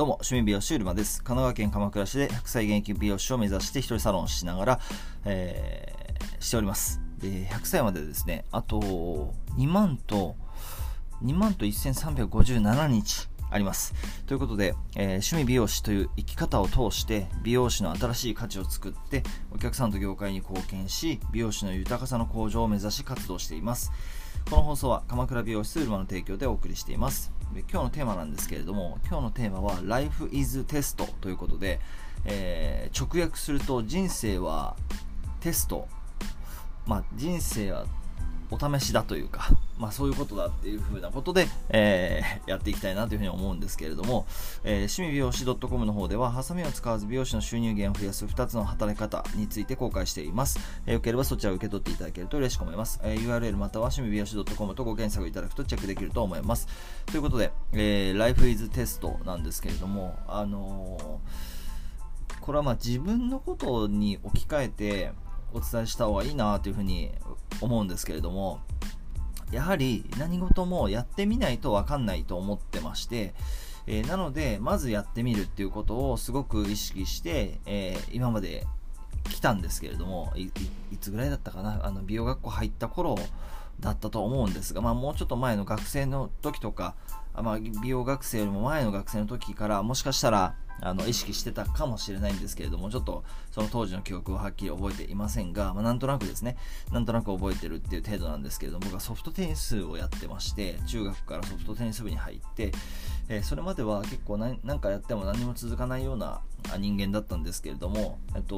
どうも、趣味美容師うるまです。神奈川県鎌倉市で100歳現役美容師を目指して一人サロンしながら、しております。で、100歳までですね、あと2万と1357日あります。ということで、趣味美容師という生き方を通して美容師の新しい価値を作ってお客さんと業界に貢献し、美容師の豊かさの向上を目指し活動しています。この放送は鎌倉美容室うるまの提供でお送りしています。で、今日のテーマなんですけれども、今日のテーマは Life is Test ということで、直訳すると人生はテスト、人生はお試しだというか、そういうことだっていう風なことで、やっていきたいなというふうに思うんですけれども、趣味美容師 .com の方ではハサミを使わず美容師の収入源を増やす2つの働き方について公開しています。よければそちらを受け取っていただけると嬉しく思います。URL または趣味美容師 .com とご検索いただくとチェックできると思います。ということで、Life is Test なんですけれども、これは自分のことに置き換えてお伝えした方がいいなというふうに思うんですけれども、やはり何事もやってみないと分かんないと思ってまして、なのでまずやってみるっていうことをすごく意識して、今まで来たんですけれども、いつぐらいだったかな、美容学校入った頃だったと思うんですが、もうちょっと前の学生の時とか、美容学生よりも前の学生の時からもしかしたら意識してたかもしれないんですけれども、ちょっとその当時の記憶をはっきり覚えていませんが、なんとなくですね、なんとなく覚えてるっていう程度なんですけれども、僕はソフトテニスをやってまして、中学からソフトテニス部に入って、それまでは結構何かやっても何も続かないような人間だったんですけれども、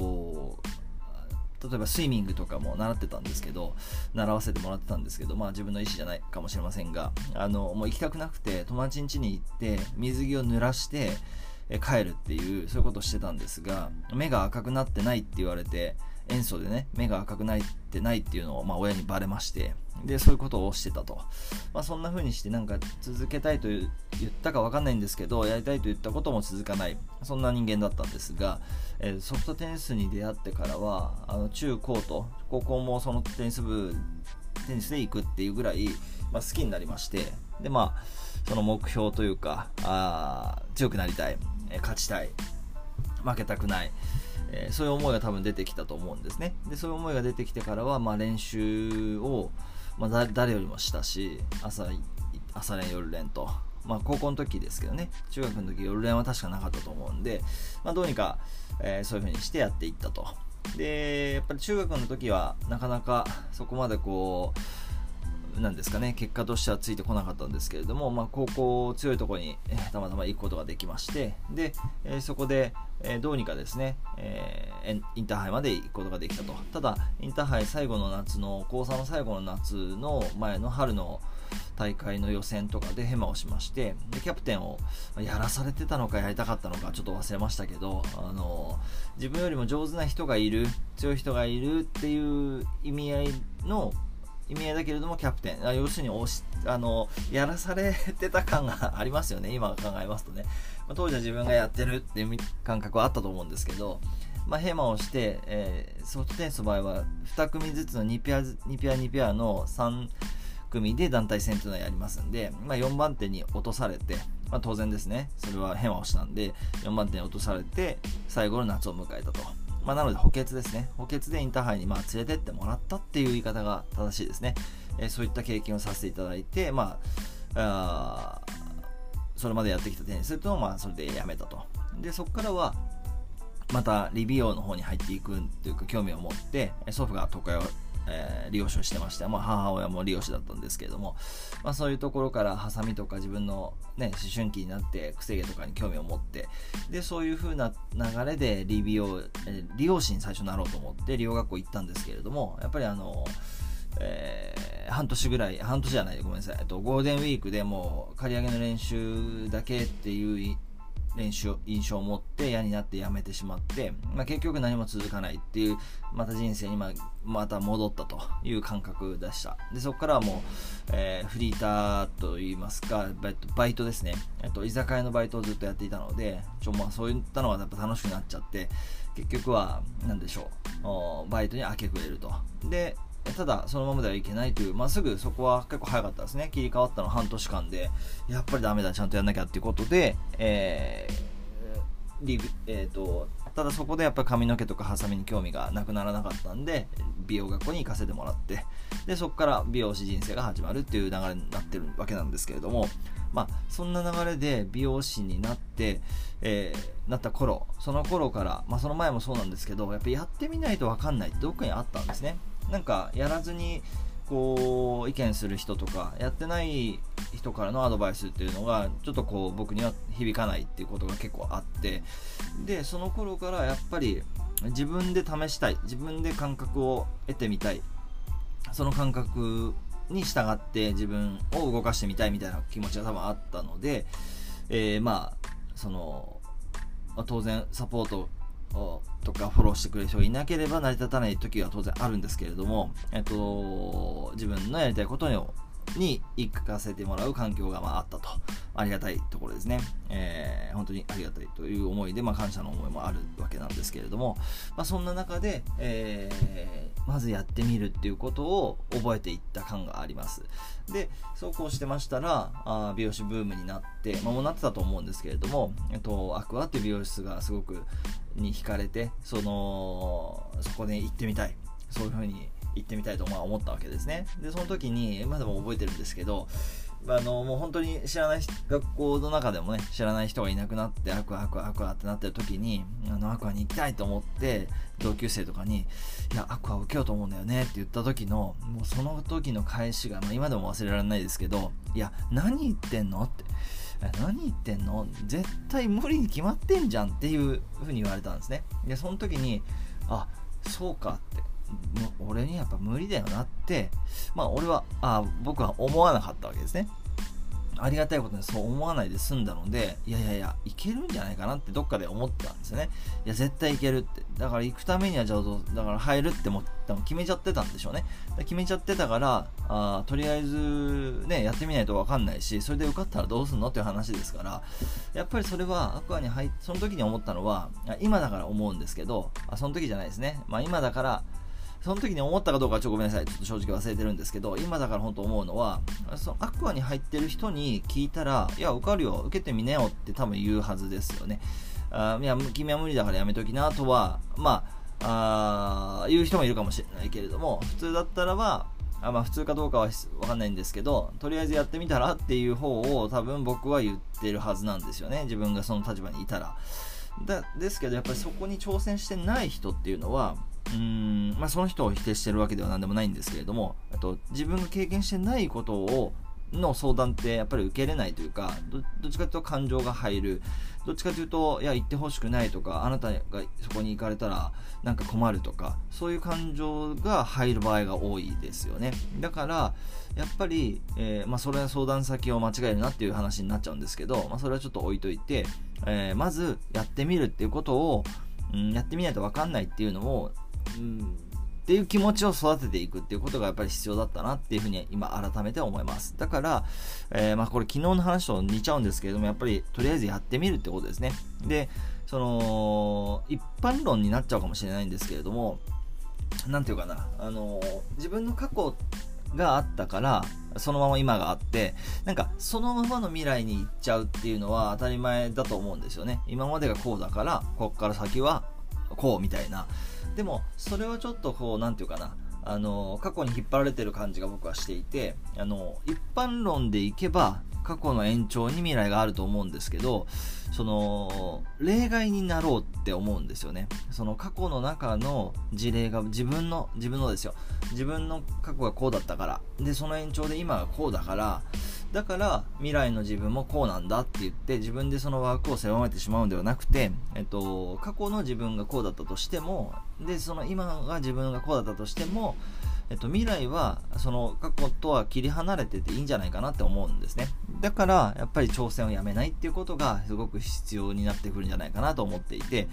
例えばスイミングとかも習わせてもらってたんですけど、自分の意思じゃないかもしれませんが、もう行きたくなくて友達ん家に行って水着を濡らして帰るっていう、そういうことをしてたんですが、目が赤くなってないって言われて、塩素でね、目が赤くなってないっていうのを親にバレまして、でそういうことをしてたと、そんな風にして続けたいと言ったか分かんないんですけど、やりたいと言ったことも続かない、そんな人間だったんですが、ソフトテニスに出会ってからは中高と高校もそのテニスで行くっていうぐらい、好きになりまして、でその目標というか、強くなりたい、勝ちたい、負けたくない、そういう思いが多分出てきたと思うんですね。でそういう思いが出てきてからは、練習を、誰よりもしたし、朝練夜練と、高校の時ですけどね、中学の時夜練は確かなかったと思うんで、どうにか、そういう風にしてやっていったと。でやっぱり中学の時はなかなかそこまでなんですかね、結果としてはついてこなかったんですけれども、高校強いところにたまたま行くことができまして、で、そこで、どうにかですね、インターハイまで行くことができたと。ただインターハイ最後の夏の高3の最後の夏の前の春の大会の予選とかでヘマをしまして、でキャプテンをやらされてたのかやりたかったのかちょっと忘れましたけど、自分よりも上手な人がいる、強い人がいるっていう意味合いだけれども、キャプテン、要するにやらされてた感がありますよね、今考えますとね。当時は自分がやってるっていう感覚はあったと思うんですけど、ヘマをして、ソフトテニスの場合は2組ずつの2ペアの3組で団体戦というのをやりますんで、4番手に落とされて、当然ですね、それはヘマをしたんで4番手に落とされて最後の夏を迎えたと。なので補欠ですね。補欠でインターハイに連れてってもらったっていう言い方が正しいですね。そういった経験をさせていただいて、それまでやってきたテニスというのをそれでやめたと。でそこからはまた理美容の方に入っていくというか興味を持って、祖父が東海を理容師をしてまして、母親も理容師だったんですけれども、そういうところからハサミとか自分の、思春期になってくせ毛とかに興味を持って、でそういう風な流れで理容師に最初なろうと思って理容学校行ったんですけれども、やっぱり半年じゃない、ごめんなさい、ゴールデンウィークでもう刈り上げの練習だけっていう印象を持って嫌になってやめてしまって、結局何も続かないっていう、また人生にまた戻ったという感覚でした。でそこからはもう、フリーターといいますか、バイトですね、居酒屋のバイトをずっとやっていたので、そういったのがやっぱ楽しくなっちゃって、結局は何でしょう、バイトに明け暮れると。でただそのままではいけないという、すぐそこは結構早かったですね。切り替わったの半年間で、やっぱりダメだ、ちゃんとやんなきゃっていうことで、ただそこでやっぱり髪の毛とかハサミに興味がなくならなかったんで、美容学校に行かせてもらって、でそこから美容師人生が始まるっていう流れになってるわけなんですけれども、そんな流れで美容師になって、なった頃、その頃から、その前もそうなんですけど、やっぱりやってみないと分かんないってどっかにあったんですね。なんかやらずにこう意見する人とか、やってない人からのアドバイスっていうのがちょっとこう僕には響かないっていうことが結構あって、でその頃からやっぱり自分で試したい、自分で感覚を得てみたい、その感覚に従って自分を動かしてみたいみたいな気持ちが多分あったので、当然サポートとかフォローしてくれる人がいなければ成り立たない時は当然あるんですけれども、自分のやりたいことに行かせてもらう環境があったと、ありがたいところですね。本当にありがたいという思いで、感謝の思いもあるわけなんですけれども、そんな中で、まずやってみるっていうことを覚えていった感があります。でそうこうしてましたら、美容師ブームになって、もうなってたと思うんですけれども、アクアっていう美容室がすごくに惹かれて、そこで行ってみたい、そういう風に行ってみたいと思ったわけですね。でその時に今でも覚えてるんですけど、もう本当に知らない学校の中でもね、知らない人がいなくなって、アクアってなってる時に、アクアに行きたいと思って同級生とかに、いやアクア受けようと思うんだよねって言った時の、もうその時の返しが、今でも忘れられないですけど、いや何言ってんのって、何言ってんの、絶対無理に決まってんじゃんっていう風に言われたんですね。でその時に、そうかって、俺にやっぱ無理だよなって、僕は思わなかったわけですね。ありがたいことにそう思わないで済んだので、いけるんじゃないかなってどっかで思ったんですよね。絶対いけるって。だから行くためにはだから入るって多分決めちゃってたんでしょうね。決めちゃってたから、とりあえずね、やってみないと分かんないし、それで受かったらどうすんのっていう話ですから、やっぱりそれはアクアにその時に思ったのは、今だから思うんですけど、その時じゃないですね。今だからその時に思ったかどうかはごめんなさい、ちょっと正直忘れてるんですけど、今だから本当思うのは、そのアクアに入ってる人に聞いたら、いや受かるよ、受けてみなよって多分言うはずですよね。いや君は無理だからやめときなとは言う人もいるかもしれないけれども、普通だったら普通かどうかは分かんないんですけど、とりあえずやってみたらっていう方を多分僕は言ってるはずなんですよね、自分がその立場にいたら。ですけどやっぱりそこに挑戦してない人っていうのは、その人を否定してるわけでは何でもないんですけれども、自分が経験してないことの相談ってやっぱり受けれないというか、どっちかというと感情が入る、どっちかというといや行ってほしくないとか、あなたがそこに行かれたらなんか困るとか、そういう感情が入る場合が多いですよね。だからやっぱり、それは相談先を間違えるなっていう話になっちゃうんですけど、それはちょっと置いといて、まずやってみるっていうことを、やってみないと分かんないっていうのを、っていう気持ちを育てていくっていうことがやっぱり必要だったなっていうふうに今改めて思います。だから、これ昨日の話と似ちゃうんですけれども、やっぱりとりあえずやってみるってことですね。で一般論になっちゃうかもしれないんですけれども、なんていうかな、自分の過去があったからそのまま今があって、なんかそのままの未来に行っちゃうっていうのは当たり前だと思うんですよね。今までがこうだからこっから先はこうみたいな。でもそれはちょっとなんていうかな、過去に引っ張られてる感じが僕はしていて、一般論でいけば過去の延長に未来があると思うんですけど、例外になろうって思うんですよね。その過去の中の事例が自分のですよ。自分の過去がこうだったから、でその延長で今がこうだから、だから未来の自分もこうなんだって言って自分でその枠を狭めてしまうんではなくて、過去の自分がこうだったとしても、でその今が自分がこうだったとしても、未来はその過去とは切り離れてていいんじゃないかなって思うんですね。だからやっぱり挑戦をやめないっていうことがすごく必要になってくるんじゃないかなと思っていて、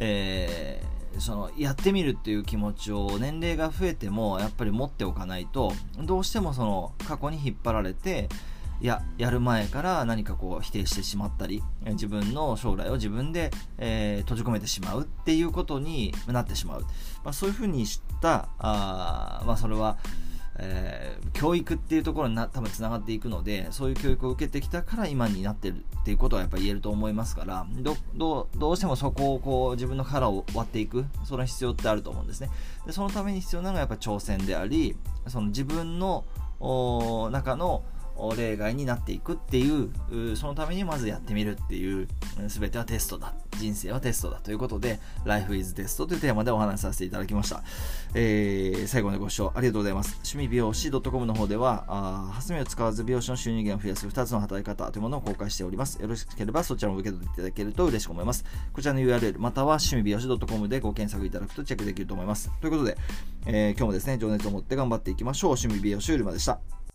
やってみるっていう気持ちを年齢が増えてもやっぱり持っておかないと、どうしてもその過去に引っ張られて、 やる前から何かこう否定してしまったり、自分の将来を自分で、閉じ込めてしまうっていうことになってしまう、そういうふうにしたそれは、教育っていうところに多分つながっていくので、そういう教育を受けてきたから今になってるっていうことはやっぱり言えると思いますから、どうしてもそこをこう自分の殻を割っていく、その必要ってあると思うんですね。でそのために必要なのがやっぱり挑戦であり、その自分の中の例外になっていくっていう、そのためにまずやってみるっていう、全てはテストだ、人生はテストだということで Life is Test というテーマでお話しさせていただきました。最後までご視聴ありがとうございます。趣味美容師 .com の方ではハサミを使わず美容師の収入源を増やす2つの働き方というものを公開しております。よろしければそちらも受け取っていただけると嬉しく思います。こちらの URL または趣味美容師 .com でご検索いただくとチェックできると思います。ということで、今日もですね情熱を持って頑張っていきましょう。趣味美容師うるまでした。